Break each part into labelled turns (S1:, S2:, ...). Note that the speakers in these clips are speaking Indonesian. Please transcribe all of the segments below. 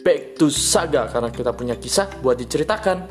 S1: back to Saga karena kita punya kisah buat diceritakan.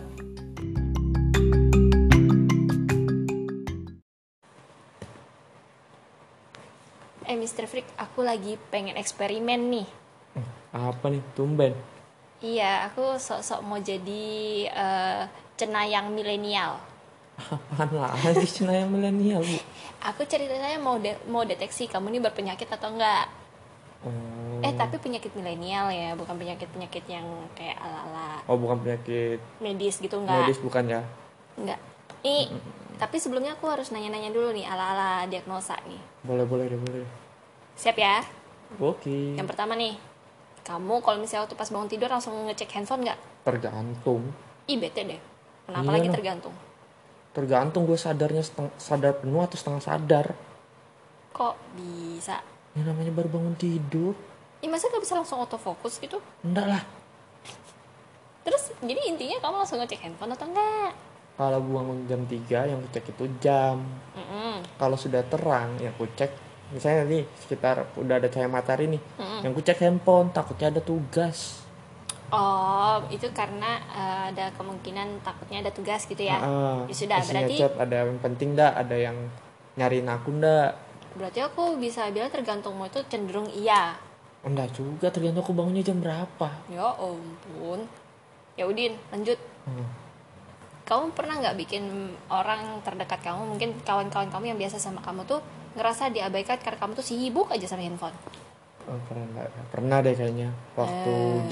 S2: Mr. Freak, aku lagi pengen eksperimen nih.
S1: Apa nih, tumben?
S2: Iya, aku sok-sok mau jadi cenayang milenial.
S1: Apaan lagi cenayang milenial, Bu?
S2: Aku ceritanya mau deteksi kamu nih berpenyakit atau enggak. Tapi penyakit milenial ya, bukan penyakit-penyakit yang kayak ala-ala
S1: Oh, bukan penyakit
S2: medis gitu, enggak.
S1: medis bukan ya?
S2: Enggak. Tapi sebelumnya aku harus nanya-nanya dulu nih ala-ala diagnosa nih.
S1: Boleh.
S2: Siap ya?
S1: Oke.
S2: Yang pertama nih, kamu kalau misalnya waktu pas bangun tidur langsung ngecek handphone nggak?
S1: Tergantung.
S2: Bete deh. Kenapa
S1: Iya,
S2: lagi
S1: noh.
S2: tergantung?
S1: Tergantung gue sadarnya sadar penuh atau setengah sadar.
S2: Kok bisa?
S1: Ini namanya baru bangun tidur.
S2: Masa gak bisa langsung autofocus gitu?
S1: Enggak lah.
S2: Terus jadi intinya kamu langsung ngecek handphone atau enggak?
S1: Kalau gue bangun jam 3 yang gue cek itu jam. Kalau sudah terang yang gue cek, misalnya nih sekitar udah ada cahaya matahari nih, yang gue cek handphone, takutnya ada tugas.
S2: Oh, itu karena ada kemungkinan takutnya ada tugas gitu ya? Ya sudah,
S1: Isinya
S2: berarti
S1: chat, ada yang penting dah, ada yang nyariin aku ndak.
S2: berarti aku bisa bilang tergantungmu itu cenderung iya.
S1: Enggak juga, tergantung aku bangunnya jam berapa.
S2: Ya ampun. Ya Udin, lanjut. Kamu pernah nggak bikin orang terdekat kamu, mungkin kawan-kawan kamu yang biasa sama kamu tuh ngerasa diabaikan karena kamu tuh sibuk aja sama handphone?
S1: Oh, pernah deh kayaknya. Waktu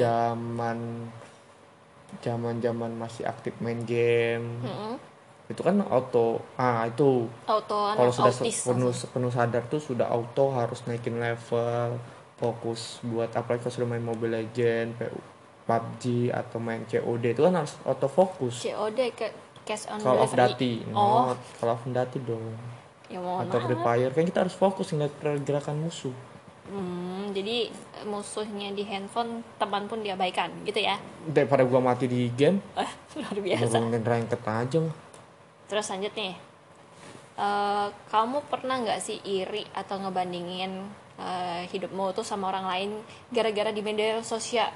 S1: zaman masih aktif main game. Itu kan auto. Itu
S2: Auto
S1: kalau sudah
S2: autis
S1: penuh sadar tuh sudah auto harus naikin level, fokus buat apalagi kalau sudah main Mobile Legend, PUBG atau main COD itu kan harus auto fokus.
S2: COD ke cash on
S1: Call of
S2: delivery.
S1: Duty,
S2: Oh,
S1: Call of Duty dong.
S2: ya mohon
S1: Atau Free
S2: maaf.
S1: Fire, kan kita harus fokus ngeliat pergerakan musuh.
S2: Jadi musuhnya di handphone, teman pun diabaikan gitu ya?
S1: Daripada gua mati di game,
S2: Luar
S1: gua
S2: biasa.
S1: bangun ranked aja mah.
S2: Terus lanjut nih. Kamu pernah nggak sih iri atau ngebandingin hidupmu tuh sama orang lain gara-gara di media sosial?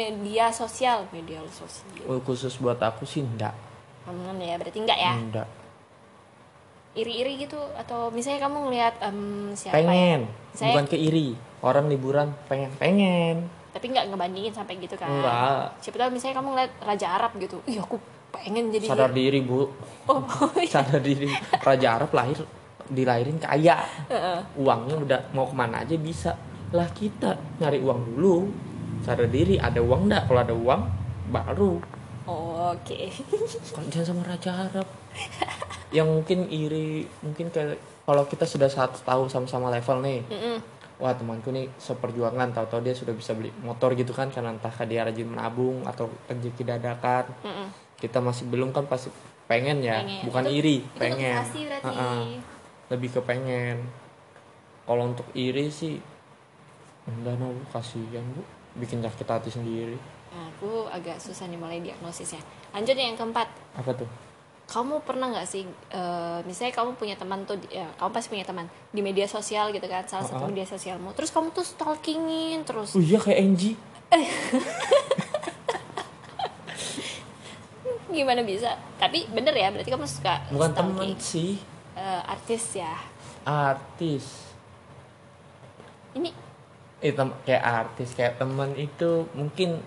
S1: Oh, khusus buat aku sih enggak.
S2: Ya berarti enggak ya?
S1: Enggak.
S2: Iri-iri gitu, atau misalnya kamu ngelihat siapa
S1: Pengen,
S2: ya?
S1: bukan keiri. Orang liburan pengen.
S2: Tapi nggak ngebandingin sampai gitu kan?
S1: Enggak.
S2: Siapa tahu misalnya kamu ngeliat Raja Arab gitu, aku pengen jadi
S1: Sadar diri, Bu.
S2: Oh, iya.
S1: Sadar diri. Raja Arab dilahirin kaya. Uangnya udah mau kemana aja bisa. Lah kita nyari uang dulu. Sadar diri, ada uang enggak? Kalau ada uang baru.
S2: Oke.
S1: Jangan sama Raja Arab. Yang mungkin iri, mungkin kayak kalau kita sudah tahu sama-sama level nih. Wah, temanku nih seperjuangan, tahu-tahu dia sudah bisa beli motor gitu kan, karena entah dia rajin menabung atau rezeki dadakan. Kita masih belum kan, pasti pengen ya, bukan iri, pengen.
S2: Motivasi berarti.
S1: Lebih ke pengen. Kalau untuk iri sih enggak, no, kasihan, Bu, bikin sakit hati sendiri.
S2: Nah, aku agak susah nih mulai diagnosisnya. Lanjut yang keempat.
S1: Apa tuh?
S2: Kamu pernah nggak sih, misalnya kamu punya teman tuh, kamu pasti punya teman di media sosial gitu kan, salah satu media sosialmu, terus kamu tuh stalkingin terus.
S1: Oh iya, kayak Angie.
S2: Gimana bisa? Tapi bener ya, berarti kamu suka
S1: Bukan
S2: stalking.
S1: teman sih,
S2: Artis ya.
S1: artis.
S2: Ini
S1: Kayak artis, kayak teman itu mungkin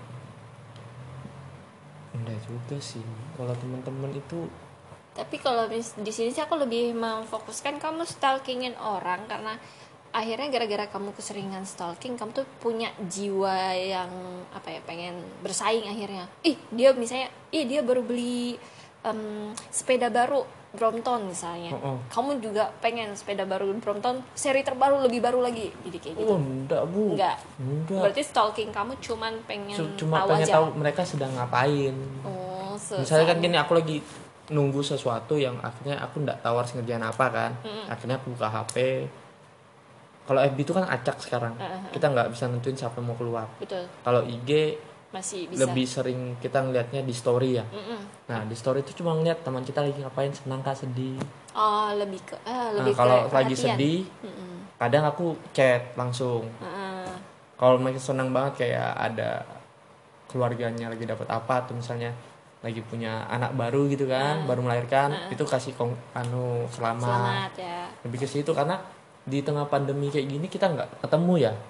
S1: enggak juga sih. Kalau teman-teman itu
S2: tapi kalau di sini sih aku lebih memfokuskan kamu stalkingin orang karena akhirnya gara-gara kamu keseringan stalking, kamu tuh punya jiwa yang pengen bersaing akhirnya. Dia misalnya, dia baru beli sepeda baru Brompton misalnya. Kamu juga pengen sepeda baru Brompton seri terbaru, lebih baru lagi. Jadi kayak gitu.
S1: Oh, enggak, Bu.
S2: Enggak.
S1: Enggak.
S2: Berarti stalking kamu cuman pengen
S1: Cuma
S2: tahu
S1: pengen
S2: aja.
S1: tahu mereka sedang ngapain. Misalnya kan gini, aku lagi nunggu sesuatu yang akhirnya aku enggak tahu harus ngerjain apa kan. Akhirnya aku buka HP. Kalau FB itu kan acak sekarang. Kita nggak bisa nentuin siapa mau keluar.
S2: Betul.
S1: Kalau IG
S2: Masih bisa.
S1: lebih sering kita ngelihatnya di story ya. Nah, di story itu cuma ngeliat teman kita lagi ngapain, senang kah, sedih.
S2: Oh, lebih ke
S1: Kalau
S2: ke
S1: lagi
S2: perhatian.
S1: sedih, kadang aku chat langsung. Kalau mereka senang banget, kayak ada keluarganya lagi dapat apa, atau misalnya lagi punya anak baru gitu kan, baru melahirkan, itu kasih selamat
S2: ya.
S1: Lebih ke situ, karena di tengah pandemi kayak gini kita nggak ketemu ya,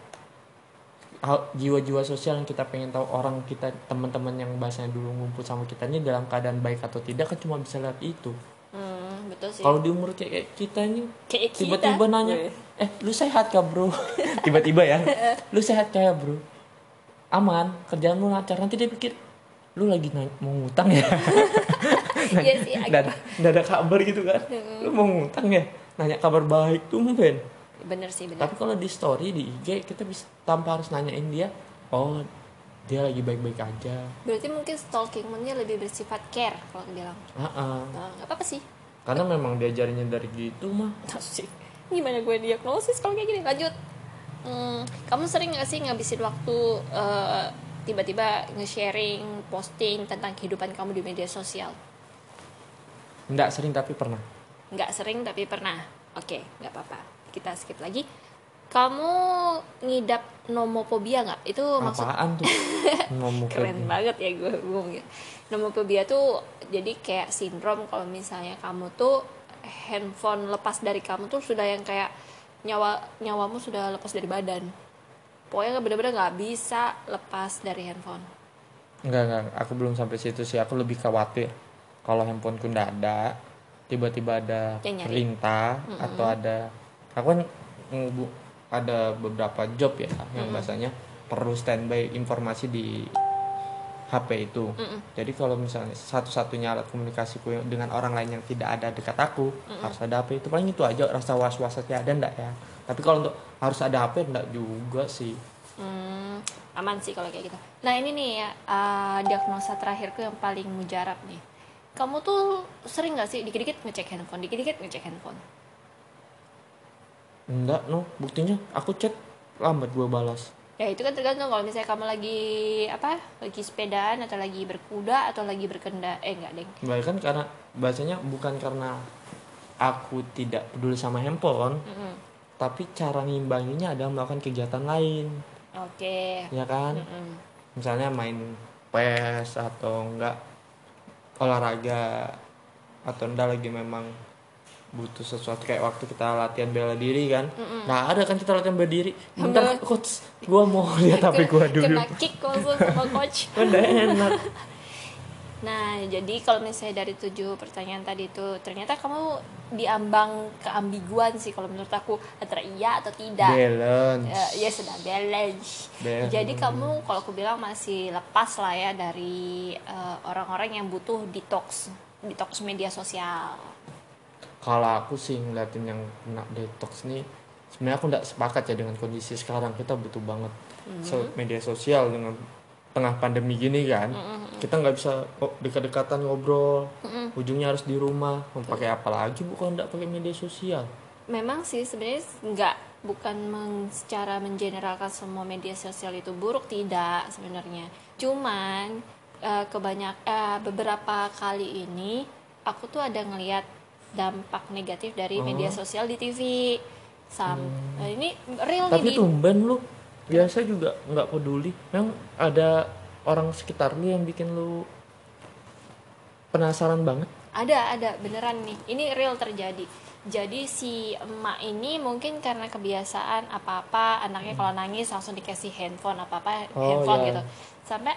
S1: jiwa-jiwa sosial yang kita pengen tahu orang kita, teman-teman yang bahasanya dulu ngumpul sama kita ini dalam keadaan baik atau tidak kan cuma bisa lihat itu.
S2: Betul sih.
S1: Kalau di umur kayak kita ini
S2: Kayak
S1: tiba-tiba nanya, lu sehat kah bro? Tiba-tiba ya, lu sehat kah ya bro? Aman, kerjaan lu lancar. Nanti dia pikir lu lagi mau ngutang ya.
S2: Iya sih,
S1: nggak ada kabar gitu kan. Lu mau ngutang ya, nanya kabar baik tumben.
S2: Bener sih, bener.
S1: Tapi kalau di story di IG kita bisa tanpa harus nanyain dia, oh dia lagi baik-baik aja.
S2: Berarti mungkin stalking moodnya lebih bersifat care kalau aku bilang. Nggak apa-apa sih,
S1: karena memang diajarinnya dari gitu mah.
S2: Asik. Gimana gue diagnosis kalau kayak gini? Lanjut. Kamu sering gak sih ngabisin waktu tiba-tiba nge-sharing, posting tentang kehidupan kamu di media sosial?
S1: Nggak sering tapi pernah.
S2: Nggak sering tapi pernah. Oke, nggak apa-apa. Kita skip lagi. Kamu ngidap nomofobia nggak? Itu
S1: apaan tuh? Nomofobia.
S2: Keren banget ya gue ngomongnya. Nomofobia tuh jadi kayak sindrom kalau misalnya kamu tuh handphone lepas dari kamu tuh sudah yang kayak nyawamu sudah lepas dari badan. Pokoknya bener-bener nggak bisa lepas dari handphone.
S1: Enggak, aku belum sampai situ sih. Aku lebih khawatir kalau handphoneku nggak ada, tiba-tiba ada perintah atau ada, aku kan ada beberapa job ya yang bahasanya perlu standby informasi di HP itu. Jadi kalau misalnya satu-satunya alat komunikasiku dengan orang lain yang tidak ada dekat aku harus ada HP, itu paling itu aja. Rasa was-wasnya ada enggak ya? Tapi kalau untuk harus ada HP enggak juga sih.
S2: Aman sih kalau kayak gitu. Nah ini nih ya, diagnosa terakhirku yang paling mujarab nih. Kamu tuh sering gak sih dikit-dikit ngecek handphone?
S1: Enggak, buktinya aku chat lambat gue balas.
S2: Ya itu kan tergantung, kalau misalnya kamu lagi sepedaan atau lagi berkuda atau lagi enggak deng.
S1: Baik kan, karena bahasanya bukan karena aku tidak peduli sama handphone, tapi cara ngimbanginya adalah melakukan kegiatan lain.
S2: Oke.
S1: Ya kan, misalnya main PES atau enggak olahraga, atau enggak lagi memang butuh sesuatu kayak waktu kita latihan bela diri kan. Nah ada kan kita latihan bela diri, bentar coach gue mau lihat HP gue dulu,
S2: kena kick langsung sama coach.
S1: Udah enak.
S2: Nah jadi kalau misalnya dari 7 pertanyaan tadi itu ternyata kamu diambang keambiguan sih kalau menurut aku, antara iya atau tidak.
S1: Balance.
S2: Ya sudah balance. Jadi kamu kalau aku bilang masih lepas lah ya dari orang-orang yang butuh detox media sosial.
S1: Kalau aku sih ngeliatin yang kena detox nih, sebenarnya aku nggak sepakat ya dengan kondisi sekarang. Kita butuh banget media sosial dengan tengah pandemi gini kan. Kita nggak bisa dekat-dekatan ngobrol, ujungnya harus di rumah. Mau pakai apa lagi bukan nggak pakai media sosial?
S2: Memang sih sebenarnya bukan secara mengeneralkan semua media sosial itu buruk, tidak sebenarnya. Cuman beberapa kali ini aku tuh ada ngelihat dampak negatif dari media sosial di TV. Ini real
S1: tapi
S2: nih.
S1: Tapi tumben lu biasa juga nggak peduli. Memang ada orang sekitar lu yang bikin lu penasaran banget?
S2: Ada beneran nih. Ini real terjadi. Jadi si emak ini mungkin karena kebiasaan apa-apa anaknya kalau nangis langsung dikasih handphone, handphone gitu. Sampai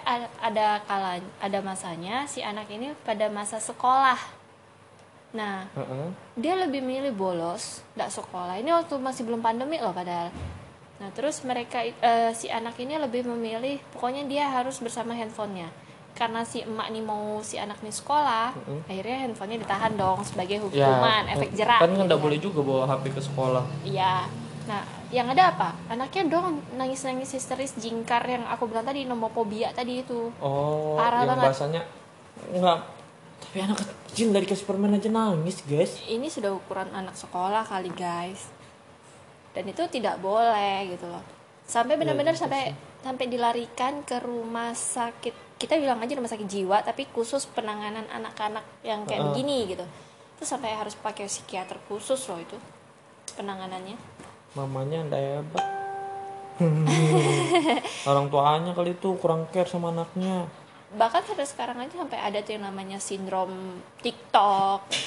S2: ada masanya si anak ini pada masa sekolah. Nah, dia lebih milih bolos, nggak sekolah. Ini waktu masih belum pandemi loh padahal. Nah, terus si anak ini lebih memilih, pokoknya dia harus bersama handphonenya. Karena si emak nih mau si anak nih sekolah, akhirnya handphonenya ditahan dong sebagai hukuman, efek jerak.
S1: Kan nggak boleh juga bawa HP ke sekolah.
S2: Iya. Nah, yang ada apa? Anaknya dong nangis-nangis histeris, jingkar yang aku bilang tadi, nomofobia tadi itu.
S1: Parah yang banget. Bahasanya nggak. Tapi anak kecil dari kasih permen aja nangis guys.
S2: Ini sudah ukuran anak sekolah kali guys. Dan itu tidak boleh gitu loh. Sampai benar-benar sampai dilarikan ke rumah sakit. Kita bilang aja rumah sakit jiwa, tapi khusus penanganan anak-anak yang kayak begini gitu. Itu sampai harus pakai psikiater khusus loh itu penanganannya.
S1: Mamanya ndak hebat. Orang tuanya kali itu kurang care sama anaknya.
S2: Bahkan sampai sekarang aja sampai ada tuh yang namanya sindrom TikTok itu.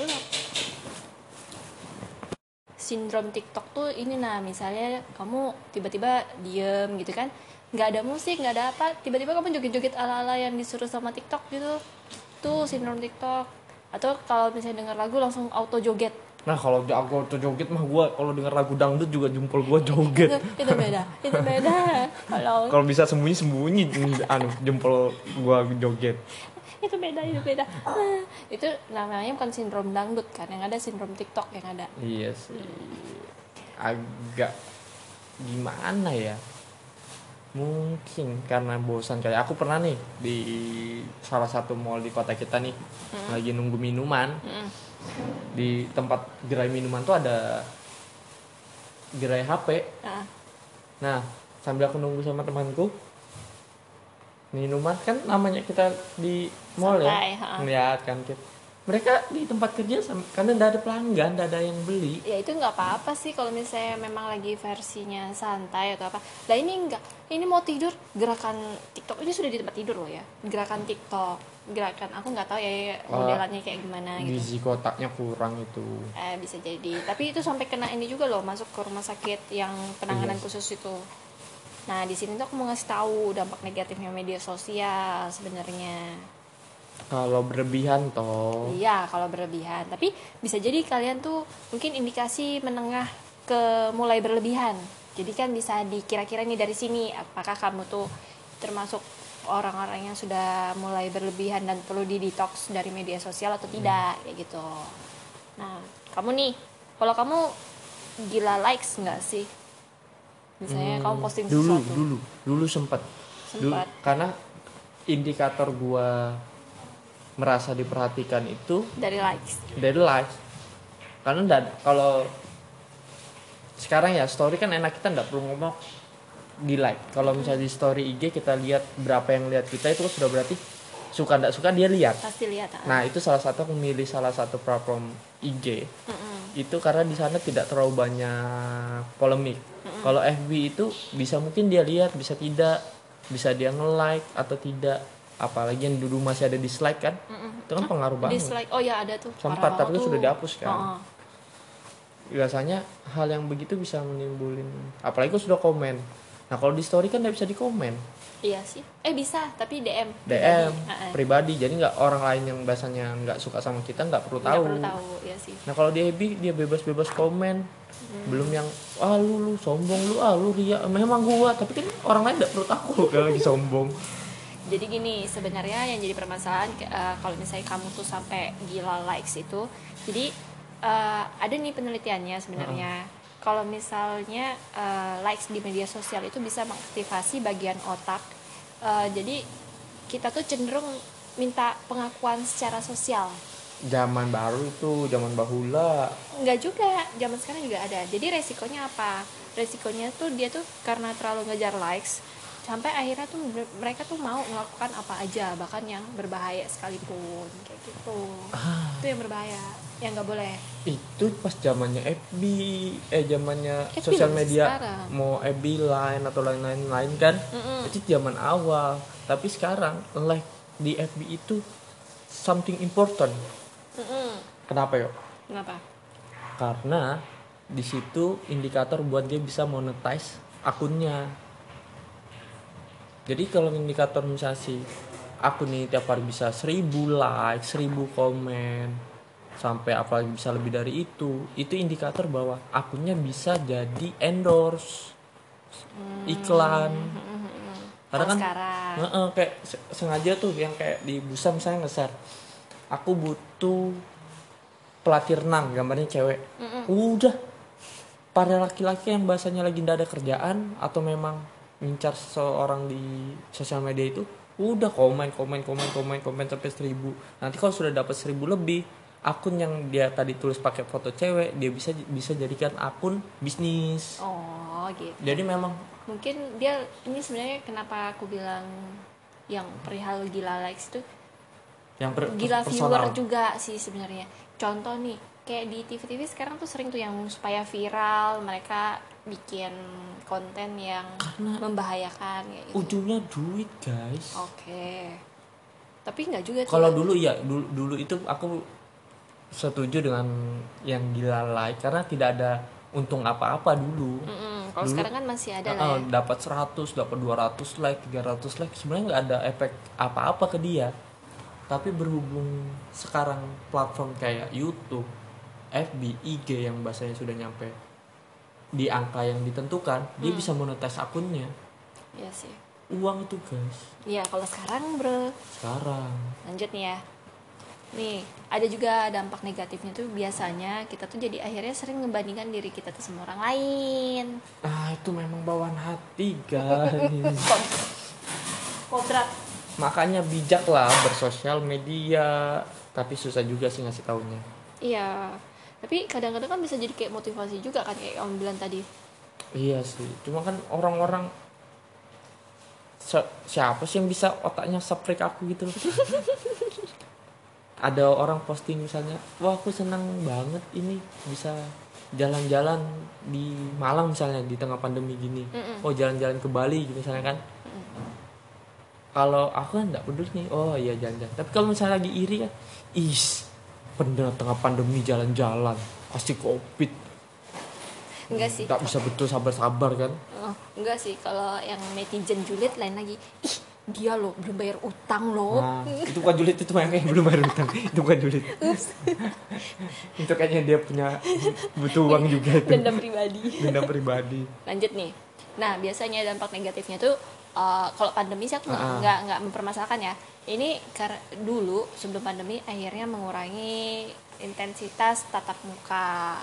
S2: Sindrom TikTok tuh ini, nah misalnya kamu tiba-tiba diem gitu kan, nggak ada musik, nggak ada apa, tiba-tiba kamu joget-joget ala-ala yang disuruh sama TikTok gitu, tuh sindrom TikTok. Atau kalau misalnya dengar lagu langsung auto joget.
S1: Nah kalau aku tuh joget mah gue kalau denger lagu dangdut juga jempol gue joget.
S2: Itu beda, itu beda.
S1: Kalau bisa sembunyi jempol gue joget.
S2: Itu beda. Itu namanya bukan sindrom dangdut kan, yang ada sindrom TikTok yang ada.
S1: Iya sih, agak gimana ya, mungkin karena bosan kali. Aku pernah nih di salah satu mall di kota kita nih, lagi nunggu minuman. Di tempat gerai minuman tuh ada gerai HP. Nah sambil aku nunggu sama temanku minuman, kan namanya kita di mall
S2: Santai,
S1: ya, ngeliat kan mereka di tempat kerja karena nggak ada pelanggan, nggak ada yang beli.
S2: Ya itu nggak apa-apa sih kalau misalnya memang lagi versinya santai atau apa. Lah ini enggak, ini mau tidur, gerakan TikTok ini sudah di tempat tidur loh ya, gerakan TikTok, gerakan aku nggak tahu ya modelannya kayak gimana gitu.
S1: Gizi kotaknya kurang itu.
S2: Bisa jadi, tapi itu sampai kena ini juga loh, masuk ke rumah sakit yang penanganan khusus itu. Nah di sini tuh aku mau ngasih tahu dampak negatifnya media sosial sebenarnya.
S1: Kalau berlebihan toh.
S2: Iya, kalau berlebihan. Tapi bisa jadi kalian tuh mungkin indikasi menengah ke mulai berlebihan. Jadi kan bisa dikira-kira nih dari sini, apakah kamu tuh termasuk orang-orang yang sudah mulai berlebihan dan perlu di-detox dari media sosial atau tidak, kayak gitu. Nah, kamu nih, kalau kamu gila likes nggak sih? Misalnya kamu posting sesuatu.
S1: Dulu sempat. Karena indikator gua merasa diperhatikan itu dari likes. Karena kalau sekarang ya story kan enak, kita nggak perlu ngomong di like. Kalau misalnya di story IG kita lihat berapa yang lihat kita, itu sudah berarti suka nggak suka dia lihat.
S2: Pasti lihat.
S1: Nah itu salah satu memilih salah satu platform IG. Itu karena di sana tidak terlalu banyak polemik. Kalau FB itu bisa mungkin dia lihat, bisa tidak, bisa dia nge-like atau tidak. Apalagi yang dulu masih ada dislike kan, itu kan pengaruh banget.
S2: Dislike, oh ya ada tuh.
S1: Sempat, tapi itu sudah dihapus kan. Biasanya hal yang begitu bisa menimbulin, apalagi kalau sudah komen. Nah kalau di story kan nggak bisa dikomen.
S2: Iya sih. Bisa, tapi DM
S1: pribadi. Jadi nggak, orang lain yang biasanya nggak suka sama kita nggak perlu tahu.
S2: Iya sih.
S1: Nah kalau di FB dia bebas komen. Belum yang lu sombong, lu ria. Memang gua, tapi kan orang lain nggak perlu tahu kalau lagi sombong.
S2: Jadi gini, sebenarnya yang jadi permasalahan kalau misalnya kamu tuh sampai gila likes itu, jadi ada nih penelitiannya sebenarnya. Kalau misalnya likes di media sosial itu bisa mengaktifasi bagian otak. Jadi kita tuh cenderung minta pengakuan secara sosial.
S1: Zaman baru itu, zaman bahula.
S2: Enggak juga, zaman sekarang juga ada. Jadi resikonya apa? Resikonya tuh dia tuh karena terlalu ngejar likes, sampai akhirnya tuh mereka tuh mau melakukan apa aja, bahkan yang berbahaya sekalipun, kayak gitu. Itu yang berbahaya, yang nggak boleh.
S1: Itu pas zamannya FB, zamannya sosial media sekarang. Mau FB Line atau lain-lain kan, itu zaman awal. Tapi sekarang like di FB itu something important. Kenapa yuk?
S2: Kenapa?
S1: Karena di situ indikator buat dia bisa monetize akunnya. Jadi kalau indikator misalnya si akun ini tiap hari bisa 1000 like, 1000 komen, sampai apalagi bisa lebih dari itu indikator bahwa akunnya bisa jadi endorse, iklan. Karena kan kayak sengaja tuh yang kayak di Busa misalnya nge-share, aku butuh pelatih renang, gambarnya cewek. Udah, para laki-laki yang bahasanya lagi nggak ada kerjaan atau memang ngincar seseorang di sosial media itu, udah komen sampai 1000. Nanti kalau sudah dapat 1000 lebih, akun yang dia tadi tulis pakai foto cewek, dia bisa jadikan akun bisnis.
S2: Oh gitu.
S1: Jadi memang
S2: mungkin dia ini sebenarnya kenapa aku bilang yang perihal gila likes itu
S1: yang
S2: gila viewer juga sih sebenarnya. Contoh nih, kayak di TV-TV sekarang tuh sering tuh yang supaya viral, mereka bikin konten yang
S1: Karena
S2: membahayakan kayak gitu.
S1: ujungnya duit guys.
S2: Oke. Tapi nggak juga sih.
S1: Kalau dulu ya, dulu itu aku setuju dengan yang dilalai karena tidak ada untung apa-apa dulu.
S2: Kalau
S1: Dulu,
S2: sekarang kan masih ada lah ya.
S1: dapat 100, dapat 200 like, 300 like, sebenarnya nggak ada efek apa-apa ke dia. Tapi berhubung sekarang platform kayak YouTube, FB, IG yang bahasanya sudah nyampe di angka yang ditentukan, dia bisa monetize akunnya.
S2: Iya sih.
S1: Uang itu guys.
S2: Iya, kalau sekarang bro.
S1: Sekarang.
S2: Lanjut nih ya. Nih, ada juga dampak negatifnya tuh biasanya kita tuh jadi akhirnya sering membandingkan diri kita tuh sama orang lain.
S1: Nah itu memang bawaan hati guys.
S2: Kodrat.
S1: Makanya bijak lah bersosial media. Tapi susah juga sih ngasih taunya.
S2: Iya. Tapi kadang-kadang kan bisa jadi kayak motivasi juga kan kayak om bilang tadi.
S1: Iya sih. Cuma kan orang-orang siapa sih yang bisa otaknya seprek aku gitu. Ada orang posting misalnya, wah aku senang banget ini bisa jalan-jalan di Malang misalnya di tengah pandemi gini. Oh jalan-jalan ke Bali gitu misalnya kan. Kalau aku kan nggak peduli nih, oh iya jalan-jalan. Tapi kalau misalnya lagi iri kan, bener tengah pandemi jalan-jalan, pasti covid.
S2: Enggak sih.
S1: Tak bisa betul sabar-sabar kan.
S2: Enggak sih, kalau yang netizen julid lain lagi. Ih, dia loh belum bayar utang loh.
S1: Nah, itu bukan julid, itu yang kayak belum bayar utang. Itu bukan julid. Itu kayaknya dia punya butuh uang juga itu.
S2: Dendam pribadi.
S1: Dendam pribadi.
S2: Lanjut nih. Nah, biasanya dampak negatifnya tuh kalau pandemi sih aku nggak mempermasalahkan ya. Ini karena dulu sebelum pandemi akhirnya mengurangi intensitas tatap muka.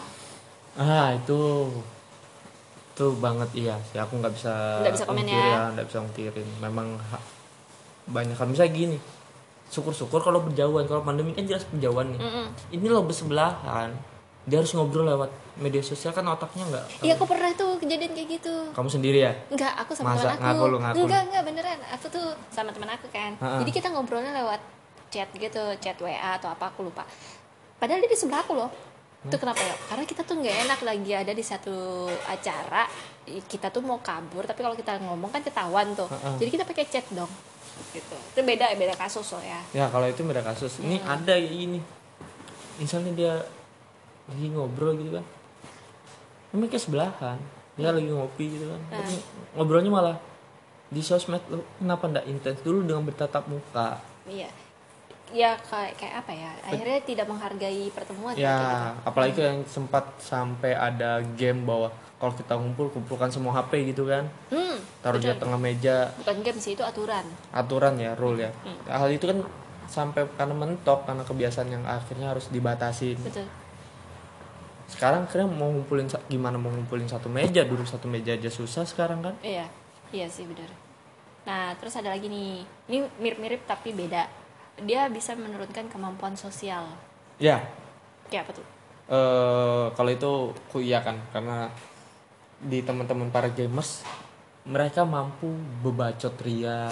S1: Itu banget iya sih, aku nggak bisa
S2: komen
S1: ungkir
S2: ya.
S1: nggak bisa ungkirin. Memang banyak kan misalnya gini, syukur-syukur kalau berjauhan. Kalau pandemi kan jelas berjauhan nih. Ini lo bersebelahan, dia harus ngobrol lewat media sosial kan otaknya nggak.
S2: Iya, aku pernah tuh kejadian kayak gitu.
S1: Kamu sendiri ya?
S2: Enggak, aku sama
S1: Masa?
S2: teman aku.
S1: Ngaku.
S2: Enggak beneran. Aku tuh sama teman aku kan. Jadi kita ngobrolnya lewat chat gitu, chat WA atau apa aku lupa. Padahal dia di sebelah aku loh. Itu kenapa ya? Karena kita tuh nggak enak lagi ada di satu acara. Kita tuh mau kabur, tapi kalau kita ngomong kan ketahuan tuh. Jadi kita pakai chat dong. Gitu. Itu beda kasus loh ya.
S1: Ya kalau itu beda kasus. Ini ada ini. Misalnya dia lagi ngobrol gitu kan. Ini kayak sebelahan. Dia lagi ngopi gitu kan. Tapi ngobrolnya malah di sosmed. Kenapa nggak intens dulu dengan bertatap muka?
S2: Iya. Ya kayak apa ya? Akhirnya tidak menghargai pertemuan.
S1: Ya,
S2: gitu.
S1: apalagi yang sempat sampai ada game bahwa kalau kita kumpulkan semua HP gitu kan. Taruh di tengah meja.
S2: Bukan game sih, itu aturan.
S1: Aturan ya, rule ya. Hal itu kan sampai karena mentok, karena kebiasaan yang akhirnya harus dibatasin.
S2: Betul.
S1: Sekarang akhirnya gimana mau ngumpulin satu meja, duduk satu meja aja susah sekarang kan.
S2: Iya sih benar. Nah, terus ada lagi nih. Ini mirip-mirip tapi beda. Dia bisa menurunkan kemampuan sosial.
S1: Ya.
S2: Ya, apa tuh?
S1: Kalau itu ku iya kan, karena di teman-teman para gamers mereka mampu bebacot ria,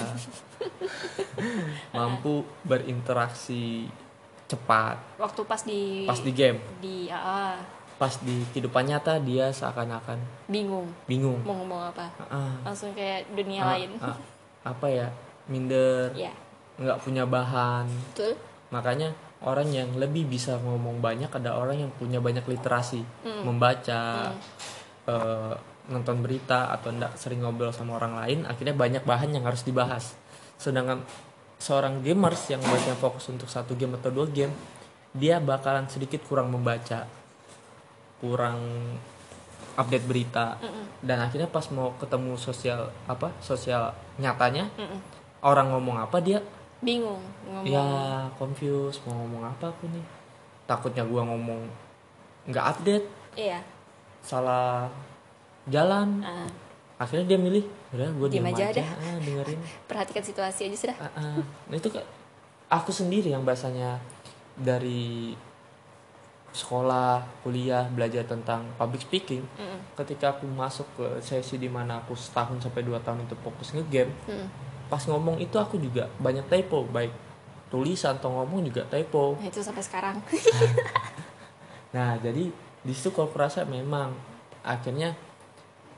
S1: mampu berinteraksi cepat.
S2: Waktu pas di
S1: Game, pas di kehidupan nyata dia seakan-akan
S2: bingung mau ngomong apa. Langsung kayak dunia lain.
S1: Apa ya, minder,
S2: ya.
S1: Nggak punya bahan.
S2: Betul.
S1: Makanya orang yang lebih bisa ngomong banyak ada orang yang punya banyak literasi, membaca, nonton berita atau enggak sering ngobrol sama orang lain, akhirnya banyak bahan yang harus dibahas. Sedangkan seorang gamers yang banyak fokus untuk satu game atau dua game, dia bakalan sedikit kurang membaca, kurang update berita, dan akhirnya pas mau ketemu sosial nyatanya, orang ngomong apa dia
S2: bingung ngomong.
S1: Ya confused, mau ngomong apa aku nih, takutnya gua ngomong nggak update, salah jalan. Akhirnya dia milih udah gue diam aja dengerin.
S2: Perhatikan situasi aja sudah.
S1: Nah itu aku sendiri yang bahasanya dari sekolah kuliah belajar tentang public speaking. Ketika aku masuk ke sesi dimana aku setahun sampai 2 tahun itu fokus nge-game, pas ngomong itu aku juga banyak typo, baik tulisan atau ngomong juga typo.
S2: Nah, itu sampai sekarang.
S1: Nah jadi di situ kalau kurasa memang akhirnya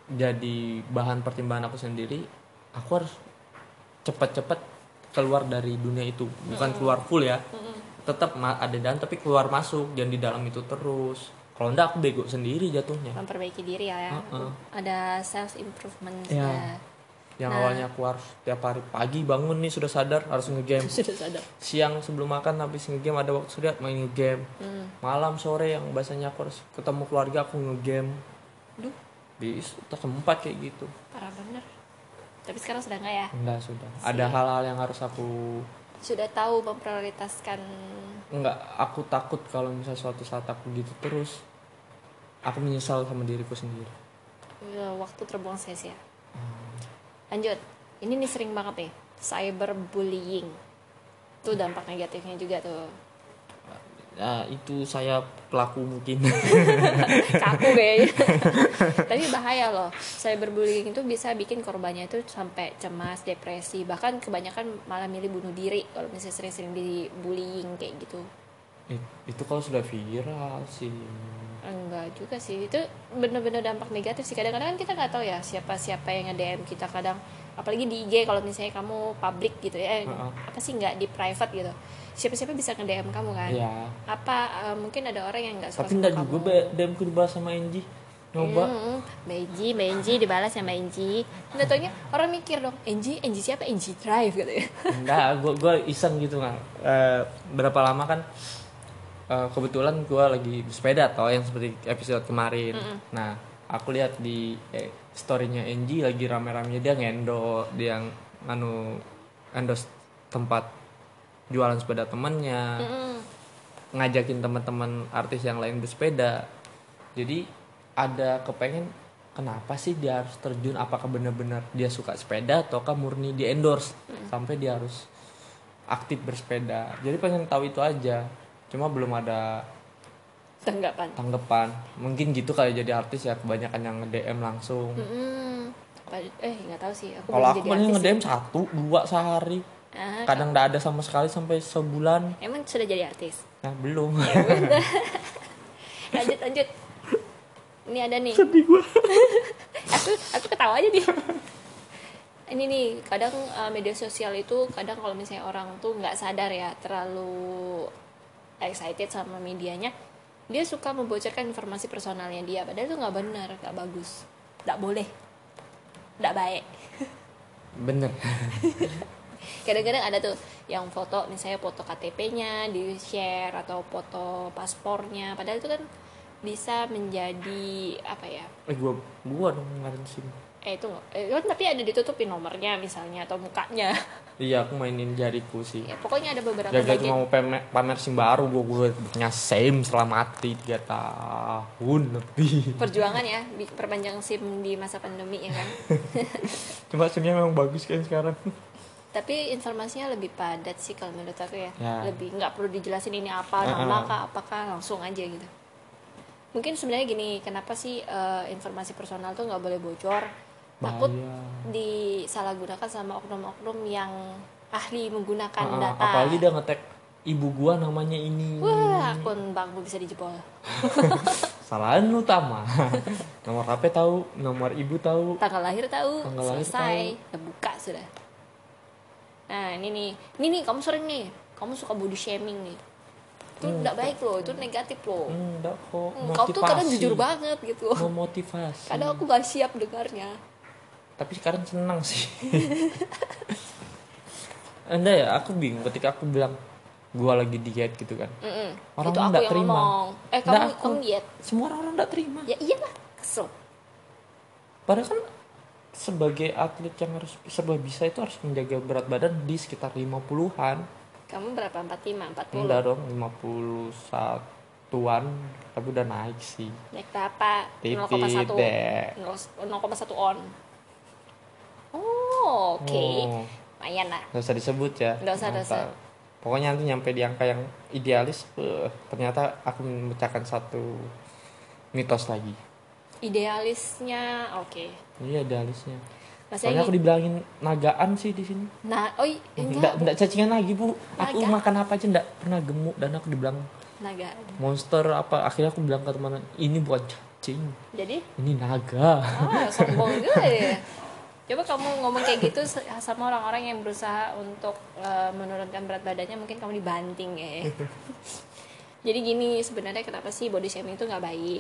S1: jadi bahan pertimbangan aku sendiri, aku harus cepat-cepat keluar dari dunia itu, bukan keluar full ya, tetap ada dalam tapi keluar masuk, jangan di dalam itu terus. Kalau enggak aku bego sendiri jatuhnya.
S2: Memperbaiki diri ya. Ada self improvement
S1: ya. Yang awalnya aku harus tiap hari pagi bangun nih sudah sadar harus ngegame.
S2: Sudah sadar.
S1: Siang sebelum makan habis ngegame, ada waktu sudah main ngegame. Malam sore yang biasanya aku harus ketemu keluarga aku ngegame.
S2: Duh,
S1: tak keempat kayak gitu.
S2: parah bener. Tapi sekarang sudah enggak ya?
S1: Enggak, sudah. Ada hal-hal yang harus aku
S2: sudah tahu memprioritaskan.
S1: Enggak, aku takut kalau misalnya suatu saat aku gitu terus aku menyesal sama diriku sendiri.
S2: Waktu terbuang sia-sia. Lanjut, ini nih sering banget nih, cyberbullying. Itu dampak negatifnya juga tuh.
S1: Nah, itu saya pelaku mungkin.
S2: Kaku kayaknya. Tapi bahaya loh, cyberbullying itu bisa bikin korbannya itu sampai cemas, depresi, bahkan kebanyakan malah milih bunuh diri kalau misalnya sering-sering dibullying kayak gitu.
S1: Itu kalau sudah viral sih.
S2: Enggak juga sih, itu bener-bener dampak negatif sih. Kadang-kadang kan kita nggak tahu ya siapa yang nge-DM kita, kadang apalagi di IG kalau misalnya kamu public gitu ya, apa sih nggak di private gitu, siapa-siapa bisa nge-DM kamu kan.
S1: Ya.
S2: Apa mungkin ada orang yang nggak suka
S1: tapi
S2: sama kamu.
S1: Tapi enggak juga DM ku dibahas sama Enji. Nyoba.
S2: Mbak Enji dibalas sama Enji. Nggak taunya orang mikir dong, Enji siapa? Enji Drive gitu ya.
S1: Enggak, gue iseng gitu kan. Berapa lama kan kebetulan gue lagi bersepeda toh yang seperti episode kemarin. Nah, aku lihat di story-nya Enji lagi rame-ramenya dia endorse tempat jualan sepeda temannya, ngajakin teman-teman artis yang lain bersepeda. Jadi ada kepengen kenapa sih dia harus terjun, apakah benar-benar dia suka sepeda ataukah murni di endorse sampai dia harus aktif bersepeda. Jadi pengen tahu itu aja. Cuma belum ada tanggapan. Mungkin gitu kali jadi artis ya, kebanyakan yang nge-DM langsung.
S2: Nggak tau sih.
S1: Kalau aku paling nge-DM 1-2 sehari. Kadang nggak ada sama sekali sampai sebulan.
S2: Emang sudah jadi artis?
S1: Nah, belum.
S2: lanjut. Ini ada nih.
S1: Sedih gue.
S2: aku ketawa aja nih. Ini nih, kadang media sosial itu kadang kalau misalnya orang tuh nggak sadar ya, terlalu excited sama medianya, dia suka membocorkan informasi personalnya dia, padahal itu nggak benar, nggak bagus, nggak boleh, nggak baik.
S1: Bener.
S2: Kadang-kadang ada tuh yang foto, misalnya foto KTP-nya di share atau foto paspornya, padahal itu kan bisa menjadi apa ya?
S1: Gua dong ngarin SIM.
S2: Tapi ada ditutupin nomornya misalnya atau mukanya.
S1: Iya, aku mainin jariku sih.
S2: Ya, pokoknya ada beberapa
S1: bagian. Cuma mau pamer SIM baru, gue punya SIM setelah mati 3 tahun lebih.
S2: Perjuangan ya, perpanjang SIM di masa pandemi ya kan.
S1: Cuma SIMnya memang bagus kan sekarang.
S2: Tapi informasinya lebih padat sih kalau menurut aku ya. Lebih nggak perlu dijelasin ini apa, nama kah, apakah, langsung aja gitu. Mungkin sebenarnya gini, kenapa sih informasi personal tuh nggak boleh bocor? Takut disalahgunakan sama oknum-oknum yang ahli menggunakan data.
S1: Apalagi dia nge-tag ibu gua namanya ini.
S2: Wah, akun bankmu bisa dijebol.
S1: Salahan utama. Nomor HP tahu, nomor ibu tahu,
S2: tanggal lahir tahu, selesai, buka sudah. Nah, ini nih kamu sering nih, kamu suka body shaming nih. Itu enggak baik loh, itu negatif loh.
S1: Enggak kok.
S2: Kau tuh kadang jujur banget gitu.
S1: Memotivasi.
S2: Kadang aku gak siap dengarnya.
S1: Tapi sekarang senang sih. Enggak ya, aku bingung ketika aku bilang gua lagi diet gitu kan. Orang
S2: itu aku
S1: enggak
S2: yang
S1: terima.
S2: Ngomong. Kamu diet.
S1: Semua orang enggak terima.
S2: Ya iyalah, kesel.
S1: Padahal kan sebagai atlet yang harus serba bisa itu harus menjaga berat badan di sekitar 50-an.
S2: Kamu berapa? 45, 40?
S1: Enggak dong, 51-an. Tapi udah naik sih.
S2: Naik berapa? 0,1 on. Oh, oke. Lumayan lah.
S1: Gak usah disebut ya.
S2: Gak usah.
S1: Pokoknya nanti nyampe di angka yang idealis, ternyata aku memecahkan satu mitos lagi.
S2: Idealisnya, oke.
S1: Iya, idealisnya. Soalnya aku dibilangin nagaan sih di sini. Enggak cacingan lagi, Bu. Aku makan apa aja enggak pernah gemuk dan aku dibilang
S2: naga.
S1: Monster apa? Akhirnya aku bilang ke teman, ini bukan kucing,
S2: Jadi
S1: ini naga.
S2: sombong juga ya. Coba kamu ngomong kayak gitu sama orang-orang yang berusaha untuk menurunkan berat badannya, mungkin kamu dibanting ya. Jadi gini, sebenarnya kenapa sih body shaming itu nggak baik?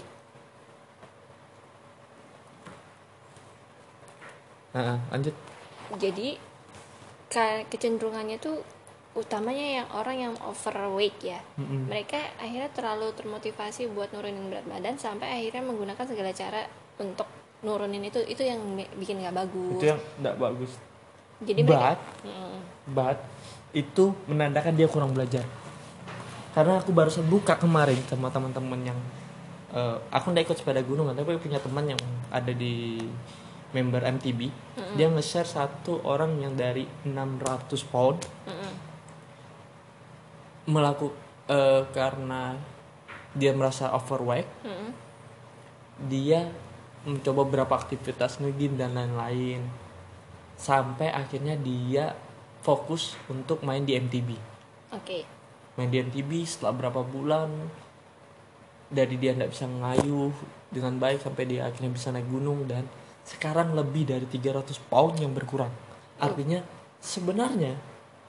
S1: Lanjut.
S2: Jadi kecenderungannya tuh utamanya yang orang yang overweight ya. Mereka akhirnya terlalu termotivasi buat nurunin berat badan sampai akhirnya menggunakan segala cara untuk nurunin itu yang bikin nggak bagus.
S1: Itu yang nggak bagus.
S2: Jadi mereka
S1: But itu menandakan dia kurang belajar. Karena aku baru buka kemarin sama teman-teman yang aku nggak ikut sepeda gunung, tapi punya teman yang ada di member MTB. Dia nge-share satu orang yang dari 600 pound karena dia merasa overweight. Dia mencoba beberapa aktivitas nge-gym dan lain-lain sampai akhirnya dia fokus untuk main di MTB. Main di MTB setelah berapa bulan, dari dia nggak bisa ngayuh dengan baik sampai dia akhirnya bisa naik gunung, dan sekarang lebih dari 300 pound yang berkurang. Artinya sebenarnya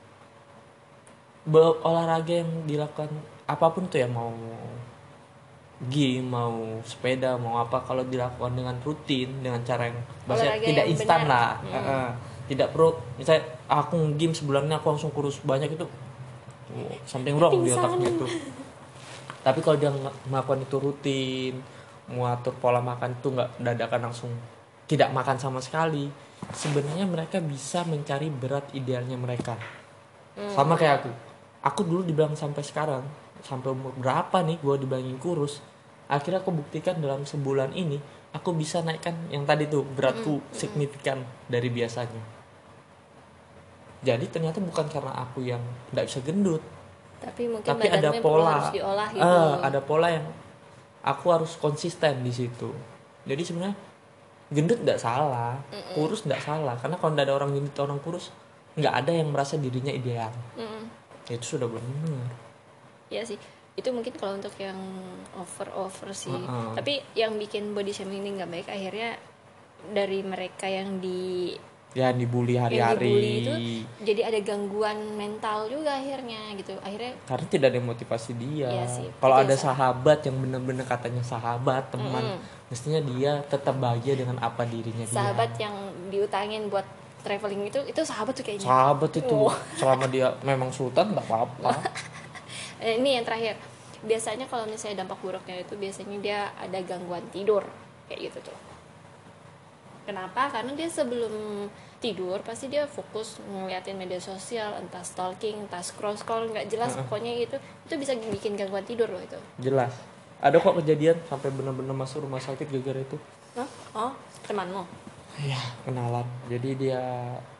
S1: olahraga yang dilakukan apapun tuh ya, mau gym, mau sepeda, mau apa, kalau dilakukan dengan rutin, dengan cara yang tidak instan lah. Tidak perlu misalnya aku gym sebulannya aku langsung kurus banyak, itu something wrong di otaknya tuh. Tapi kalau dia melakukan itu rutin, mengatur pola makan itu nggak dadakan langsung tidak makan sama sekali, sebenarnya mereka bisa mencari berat idealnya mereka. Sama kayak aku dulu dibilang sampai sekarang, sampai umur berapa nih gue dibilangin kurus, akhirnya aku buktikan dalam sebulan ini aku bisa naikkan yang tadi tuh beratku signifikan dari biasanya. Jadi ternyata bukan karena aku yang nggak bisa gendut, tapi ada pola,
S2: harus diolah gitu.
S1: Ada pola yang aku harus konsisten di situ. Jadi sebenarnya gendut nggak salah, kurus nggak salah, karena kalau nggak ada orang gendut orang kurus, nggak ada yang merasa dirinya ideal. Itu sudah benar.
S2: Iya sih, itu mungkin kalau untuk yang over sih. Tapi yang bikin body shaming ini nggak baik akhirnya dari mereka yang
S1: dibully hari-hari.
S2: Yang dibully itu jadi ada gangguan mental juga akhirnya gitu. Akhirnya
S1: karena tidak ada motivasi dia.
S2: Iya sih,
S1: kalau ada sahabat yang benar-benar katanya sahabat, teman, mestinya dia tetap bahagia dengan apa dirinya dia.
S2: Sahabat yang diutangin buat traveling itu sahabat tuh kayaknya.
S1: Sahabat itu selama dia memang sultan nggak apa-apa.
S2: Ini yang terakhir, biasanya kalau misalnya dampak buruknya itu biasanya dia ada gangguan tidur kayak gitu tuh. Kenapa? Karena dia sebelum tidur pasti dia fokus ngeliatin media sosial, entah stalking, entah scroll nggak jelas, pokoknya itu bisa bikin gangguan tidur loh itu.
S1: Jelas. Ada kok kejadian sampai benar-benar masuk rumah sakit gara-gara itu.
S2: Temanmu?
S1: Ya, kenalan. Jadi dia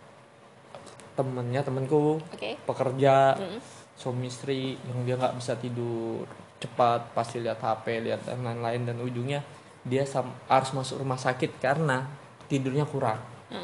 S1: temenku, pekerja, suami istri yang dia nggak bisa tidur cepat, pasti lihat HP, lihat dan lain-lain, dan ujungnya dia harus masuk rumah sakit karena tidurnya kurang.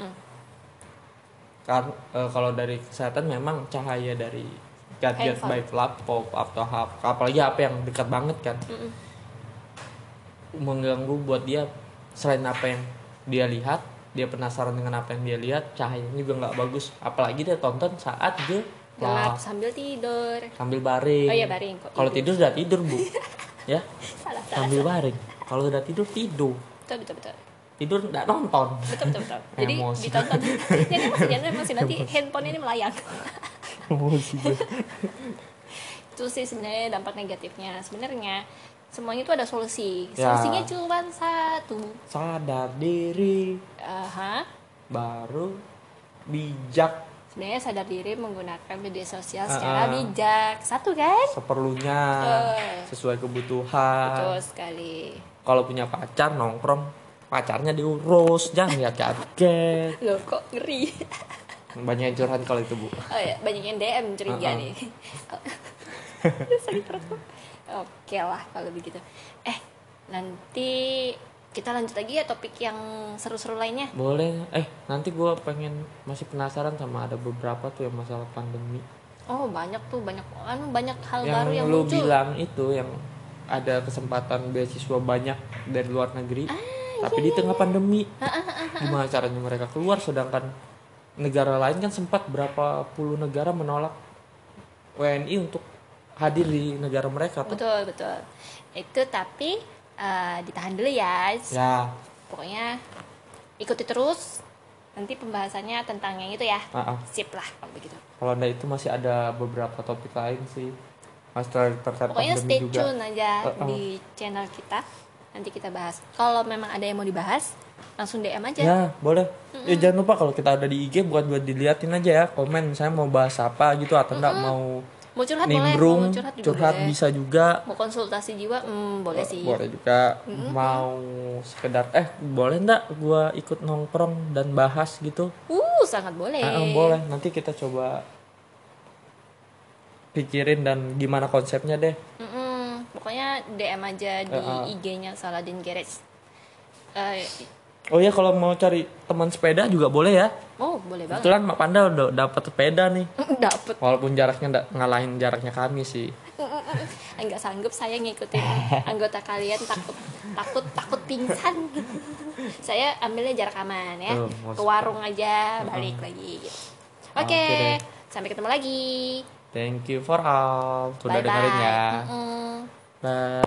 S1: Karena kalau dari kesehatan memang cahaya dari gadget, baik laptop atau HP, apalagi HP yang dekat banget kan, mengganggu buat dia. Selain apa yang dia lihat, dia penasaran dengan apa yang dia lihat, cahayanya juga nggak bagus, apalagi dia tonton saat dia
S2: gelap sambil tidur,
S1: sambil baring.
S2: Oh iya, baring kok.
S1: Kalau tidur sudah tidur, Bu. Ya. Sambil baring. Kalau sudah tidur.
S2: Betul.
S1: Tidur enggak nonton.
S2: Betul. Jadi ditonton. Jadi masih nanti handphone ini melayang.
S1: Emosi.
S2: Itu sih sebenarnya dampak negatifnya. Sebenarnya semuanya itu ada solusi. Solusinya cuma satu.
S1: Sadar diri. Baru bijak.
S2: Sebenarnya sadar diri menggunakan media sosial secara bijak. Satu kan?
S1: Seperlunya. Sesuai kebutuhan.
S2: Betul sekali.
S1: Kalau punya pacar nongkrong, pacarnya diurus, jangan lihat gadget.
S2: Loh, kok ngeri.
S1: Banyak yang curhat kalau itu, Bu.
S2: Oh ya, banyak yang DM curiga nih. Sakit perut. Oke lah kalau begitu. Nanti kita lanjut lagi ya topik yang seru-seru lainnya.
S1: Boleh. Nanti gue masih penasaran sama ada beberapa tuh yang masalah pandemi.
S2: Oh, banyak tuh, banyak hal
S1: yang
S2: baru yang
S1: lu
S2: muncul.
S1: bilang itu yang ada kesempatan beasiswa banyak dari luar negeri, tapi di tengah pandemi gimana caranya mereka keluar, sedangkan negara lain kan sempat berapa puluh negara menolak WNI untuk hadir di negara mereka tuh.
S2: Betul betul. Itu tapi ditahan dulu ya.
S1: Ya.
S2: Pokoknya ikuti terus. Nanti pembahasannya tentang yang itu ya. Sip lah kalau begitu.
S1: Kalau enggak itu masih ada beberapa topik lain sih. Masalah terkait
S2: Pokoknya
S1: pandemi
S2: stay
S1: juga.
S2: tune aja di channel kita. Nanti kita bahas. Kalau memang ada yang mau dibahas, langsung DM aja.
S1: Ya, boleh. Ya jangan lupa kalau kita ada di IG buat diliatin aja ya. Komen misalnya mau bahas apa gitu atau enggak mau
S2: curhat
S1: nimbrung,
S2: boleh, mau
S1: curhat
S2: boleh.
S1: bisa juga.
S2: Mau konsultasi jiwa, boleh sih.
S1: Boleh juga. Mau sekedar boleh enggak gua ikut nongkrong dan bahas gitu?
S2: Sangat boleh.
S1: Boleh. Nanti kita coba pikirin dan gimana konsepnya deh.
S2: Pokoknya DM aja di IG-nya Saladin Garage.
S1: Oh ya, kalau mau cari teman sepeda juga boleh ya.
S2: Oh, boleh banget.
S1: Kebetulan Mak Panda udah dapat sepeda nih.
S2: Dapat.
S1: Walaupun jaraknya nggak ngalahin jaraknya kami sih.
S2: Enggak sanggup saya ngikutin anggota kalian, takut pingsan. Saya ambilnya jarak aman ya. Ke warung aja, balik lagi gitu. Oke. Sampai ketemu lagi.
S1: Thank you for all. Sudah dengerin ya. Bye.